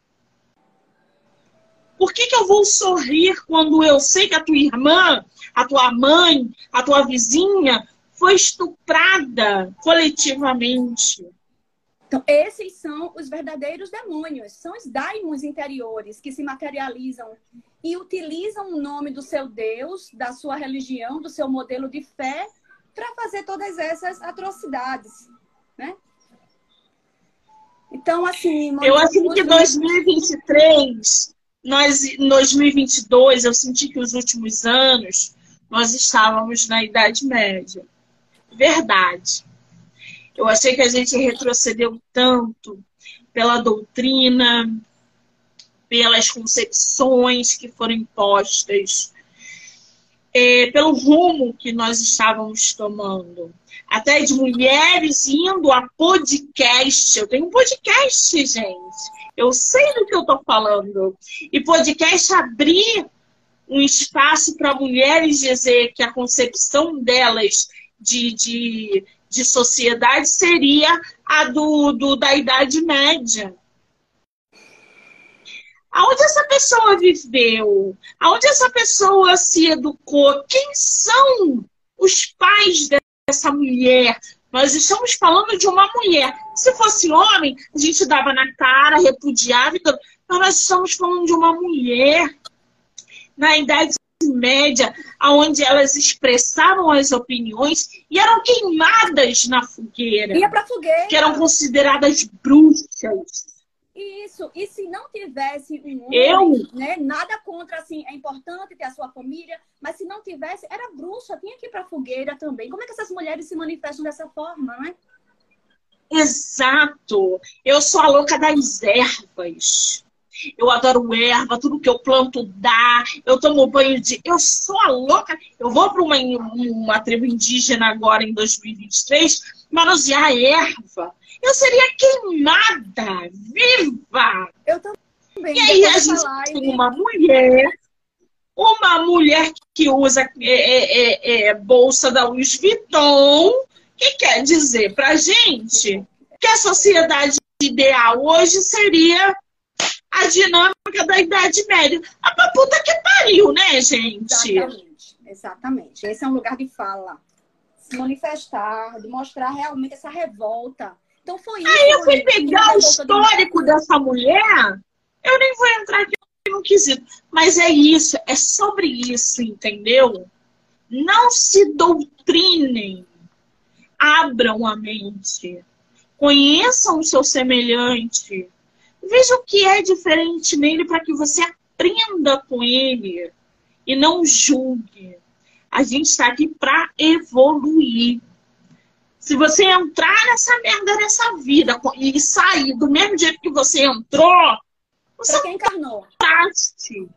Por que que eu vou sorrir quando eu sei que a tua irmã, a tua mãe, a tua vizinha foi estuprada coletivamente? Então, esses são os verdadeiros demônios. São os daimons interiores que se materializam e utilizam o nome do seu Deus, da sua religião, do seu modelo de fé, para fazer todas essas atrocidades, né? Então, assim... Eu acho que em dois mil e vinte e três... Nós, em dois mil e vinte e dois, eu senti que os últimos anos nós estávamos na Idade Média. Verdade. Eu achei que a gente retrocedeu tanto pela doutrina, pelas concepções que foram impostas, é, pelo rumo que nós estávamos tomando. Até de mulheres indo a podcast. Eu tenho um podcast, gente. Eu sei do que eu estou falando. E podcast abrir um espaço para mulheres dizer que a concepção delas de, de, de sociedade seria a do, do, da Idade Média. Aonde essa pessoa viveu? Aonde essa pessoa se educou? Quem são os pais dessa mulher? Nós estamos falando de uma mulher. Se fosse homem, a gente dava na cara, repudiava e tudo. Mas nós estamos falando de uma mulher na Idade Média, onde elas expressavam as opiniões e eram queimadas na fogueira. Ia pra fogueira. Que eram consideradas bruxas. Isso, e se não tivesse um homem, Eu? né, nada contra, assim, é importante ter a sua família, mas se não tivesse, era bruxa, tinha que ir pra fogueira também. Como é que essas mulheres se manifestam dessa forma, né? Exato. Eu sou a louca das ervas. Eu adoro erva, tudo que eu planto dá. Eu tomo banho de... Eu sou a louca. Eu vou para uma, uma tribo indígena agora em dois mil e vinte e três manusear erva. Eu seria queimada, viva. Eu também. E aí a gente tem uma mulher, uma mulher que usa é, é, é, bolsa da Louis Vuitton, que quer dizer pra gente que a sociedade ideal hoje seria a dinâmica da Idade Média. A pra puta que pariu, né, gente? Exatamente, exatamente. Esse é um lugar de fala. Se manifestar, de mostrar realmente essa revolta. Então foi isso. Aí eu fui pegar o histórico dessa mulher, eu nem vou entrar aqui no quesito, mas é isso, é sobre isso, entendeu? Não se doutrinem, abram a mente, conheçam o seu semelhante, veja o que é diferente nele para que você aprenda com ele e não julgue. A gente está aqui para evoluir. Se você entrar nessa merda nessa vida e sair do mesmo jeito que você entrou, você pra quem encarnou. Traste.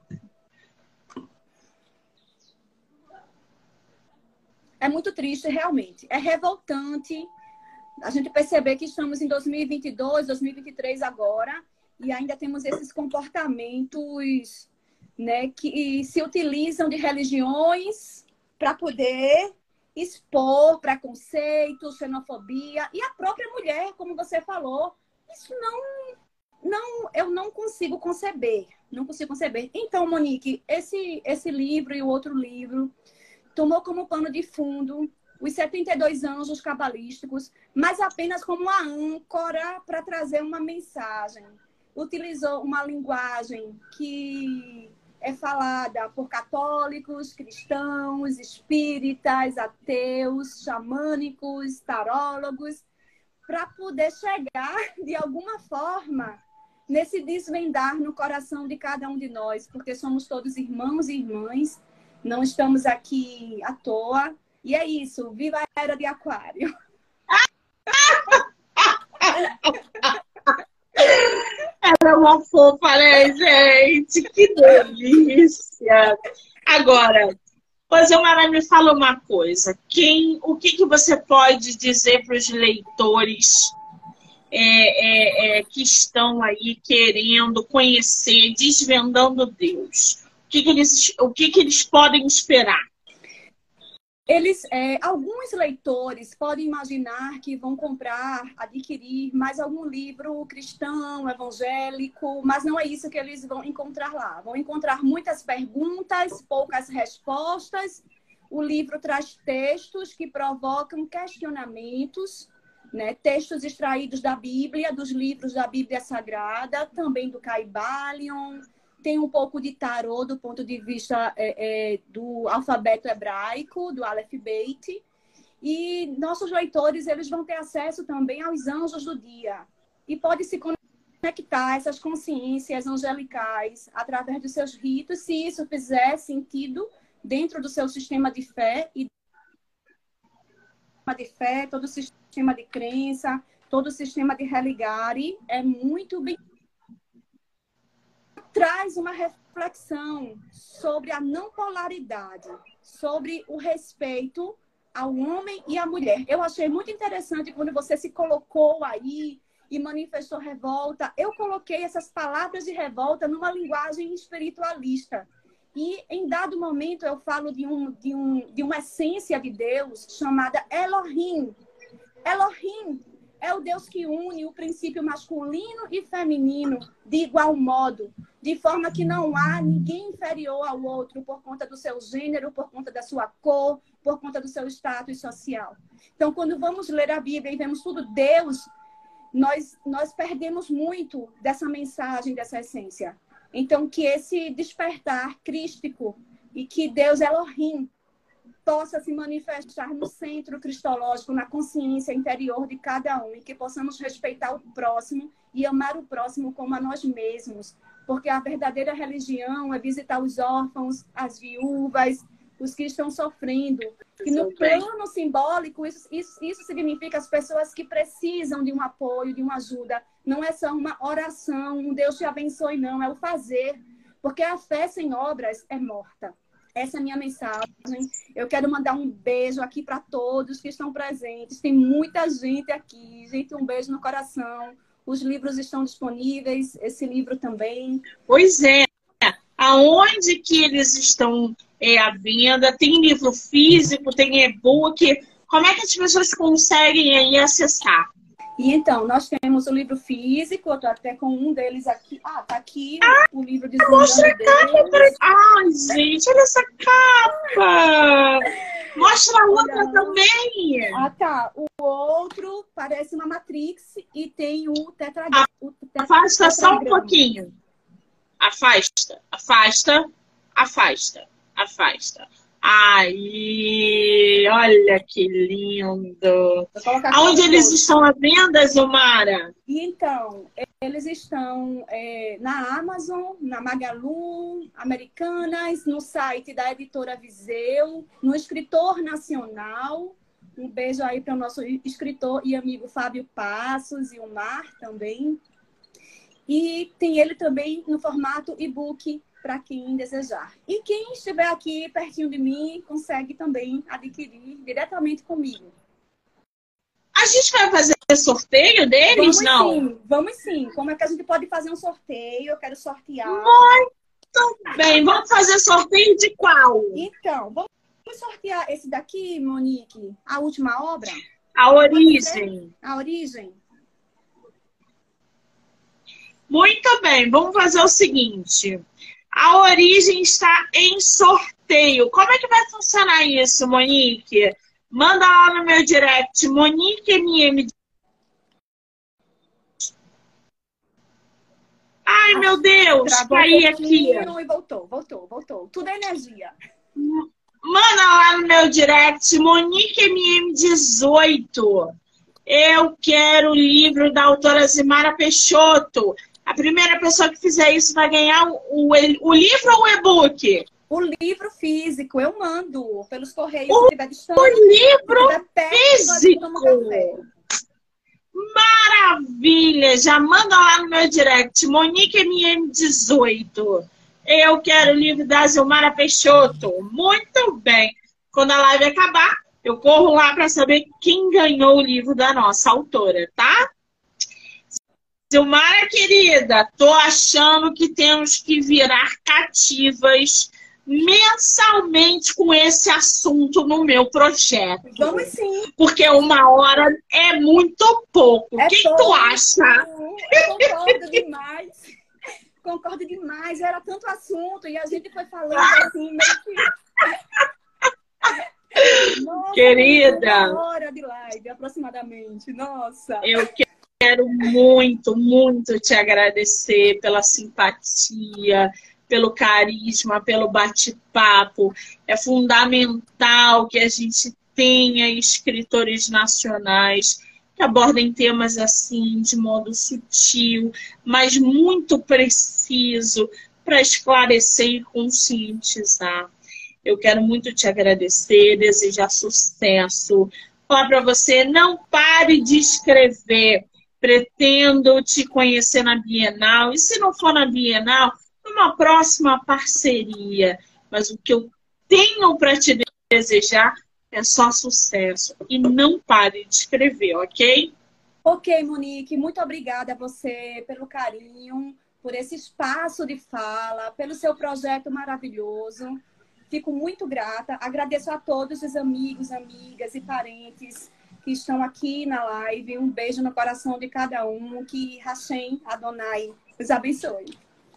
É muito triste, realmente. É revoltante a gente perceber que estamos em dois mil e vinte e dois, dois mil e vinte e três agora e ainda temos esses comportamentos, né, que se utilizam de religiões para poder expor preconceito, xenofobia e a própria mulher, como você falou. Isso não, não, eu não consigo conceber, não consigo conceber. Então, Monique, esse, esse livro e o outro livro tomou como pano de fundo os setenta e dois anjos cabalísticos, mas apenas como uma âncora para trazer uma mensagem. Utilizou uma linguagem que é falada por católicos, cristãos, espíritas, ateus, xamânicos, tarólogos, para poder chegar, de alguma forma, nesse desvendar no coração de cada um de nós, porque somos todos irmãos e irmãs, não estamos aqui à toa. E é isso, viva a Era de Aquário! Era uma fofa, né, gente? Que delícia! Agora, Rosemara, me fala uma coisa. Quem, o que, que você pode dizer para os leitores é, é, é, que estão aí querendo conhecer, desvendando Deus? O que, que, eles, o que, que eles podem esperar? Eles, é, alguns leitores podem imaginar que vão comprar, adquirir mais algum livro cristão, evangélico, mas não é isso que eles vão encontrar lá. Vão encontrar muitas perguntas, poucas respostas. O livro traz textos que provocam questionamentos, né? Textos extraídos da Bíblia, dos livros da Bíblia Sagrada, também do Caibalion. Tem um pouco de tarô do ponto de vista é, é, do alfabeto hebraico, do Aleph Beit. E nossos leitores, eles vão ter acesso também aos anjos do dia. E pode se conectar a essas consciências angelicais através dos seus ritos, se isso fizer sentido dentro do seu sistema de fé. E de fé, todo o sistema sistema de crença, todo o sistema de religare é muito bem... Traz uma reflexão sobre a não polaridade, sobre o respeito ao homem e à mulher. Eu achei muito interessante quando você se colocou aí e manifestou revolta. Eu coloquei essas palavras de revolta numa linguagem espiritualista. E, em dado momento, eu falo de, um, de, um, de uma essência de Deus chamada Elohim. Elohim é o Deus que une o princípio masculino e feminino de igual modo, de forma que não há ninguém inferior ao outro por conta do seu gênero, por conta da sua cor, por conta do seu status social. Então, quando vamos ler a Bíblia e vemos tudo Deus, nós, nós perdemos muito dessa mensagem, dessa essência. Então, que esse despertar crístico e que Deus Elohim possa se manifestar no centro cristológico, na consciência interior de cada um, e que possamos respeitar o próximo e amar o próximo como a nós mesmos. Porque a verdadeira religião é visitar os órfãos, as viúvas, os que estão sofrendo. E no plano simbólico, isso, isso, isso significa as pessoas que precisam de um apoio, de uma ajuda. Não é só uma oração, um Deus te abençoe, não. É o fazer. Porque a fé sem obras é morta. Essa é a minha mensagem. Eu quero mandar um beijo aqui para todos que estão presentes. Tem muita gente aqui. Gente, um beijo no coração. Os livros estão disponíveis. Esse livro também. Pois é. Aonde que eles estão é, à venda? Tem livro físico, tem e-book. Como é que as pessoas conseguem aí acessar? E então, nós temos o livro físico, eu estou até com um deles aqui. Ah, tá aqui ah, o livro de Mostra a capa pra... Ai, gente, olha essa capa! Mostra a outra Olha. também! Ah, tá. O outro parece uma Matrix e tem o tetragrama. Afasta só um pouquinho. Afasta, afasta, afasta, afasta. Aí, olha que lindo. Aonde eles estão à venda, Zilmara? Então, eles estão é, na Amazon, na Magalu, Americanas, no site da editora Viseu, no Escritor Nacional. Um beijo aí para o nosso escritor e amigo Fábio Passos e o Mar também. E tem ele também no formato e-book, para quem desejar. E quem estiver aqui pertinho de mim, consegue também adquirir diretamente comigo. A gente vai fazer sorteio deles, vamos não? Sim, vamos sim. Como é que a gente pode fazer um sorteio? Eu quero sortear. Muito bem. Vamos fazer sorteio de qual? Então, vamos sortear esse daqui, Monique? A última obra? A Origem. A Origem. Muito bem. Vamos fazer o seguinte... A Origem está em sorteio. Como é que vai funcionar isso, Monique? Manda lá no meu direct, Monique M M. Ai, meu Deus, caí aqui. E voltou, voltou, voltou. Tudo é energia. Manda lá no meu direct, Monique M M dezoito. Eu quero o livro da autora Zimara Peixoto. A primeira pessoa que fizer isso vai ganhar o, o, o livro ou o e-book? O livro físico, eu mando pelos correios. O, se tiver distante, o livro perto, físico! Maravilha! Já manda lá no meu direct, Monique M M dezoito. Eu quero o livro da Zilmara Peixoto. Muito bem. Quando a live acabar, eu corro lá para saber quem ganhou o livro da nossa autora, tá? Zilmara, querida, tô achando que temos que virar cativas mensalmente com esse assunto no meu projeto. Vamos sim. Porque uma hora é muito pouco. O é que pouco. tu acha? Eu concordo demais. Concordo demais. Era tanto assunto e a gente foi falando assim, meio que... Nossa, querida. Uma hora de live, aproximadamente. Nossa. Eu quero. Quero muito, muito te agradecer pela simpatia, pelo carisma, pelo bate-papo. É fundamental que a gente tenha escritores nacionais que abordem temas assim, de modo sutil, mas muito preciso, para esclarecer e conscientizar. Eu quero muito te agradecer, desejar sucesso. falar para você, não pare de escrever. Pretendo te conhecer na Bienal. E se não for na Bienal, numa próxima parceria. Mas o que eu tenho para te desejar é só sucesso. E não pare de escrever, ok? Ok, Monique, muito obrigada a você pelo carinho, por esse espaço de fala, pelo seu projeto maravilhoso. Fico muito grata. Agradeço a todos os amigos, amigas e parentes que estão aqui na live. Um beijo no coração de cada um. Que Hashem Adonai os abençoe.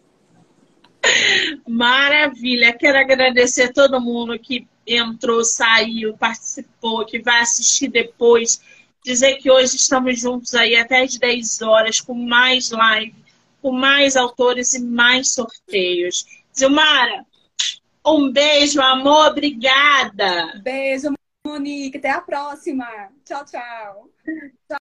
Maravilha. Quero agradecer a todo mundo que entrou, saiu, participou, que vai assistir depois. Dizer que hoje estamos juntos aí até às dez horas com mais live, com mais autores e mais sorteios. Zilmara, um beijo, amor. Obrigada. Beijo, Monique. Até a próxima. Tchau, tchau.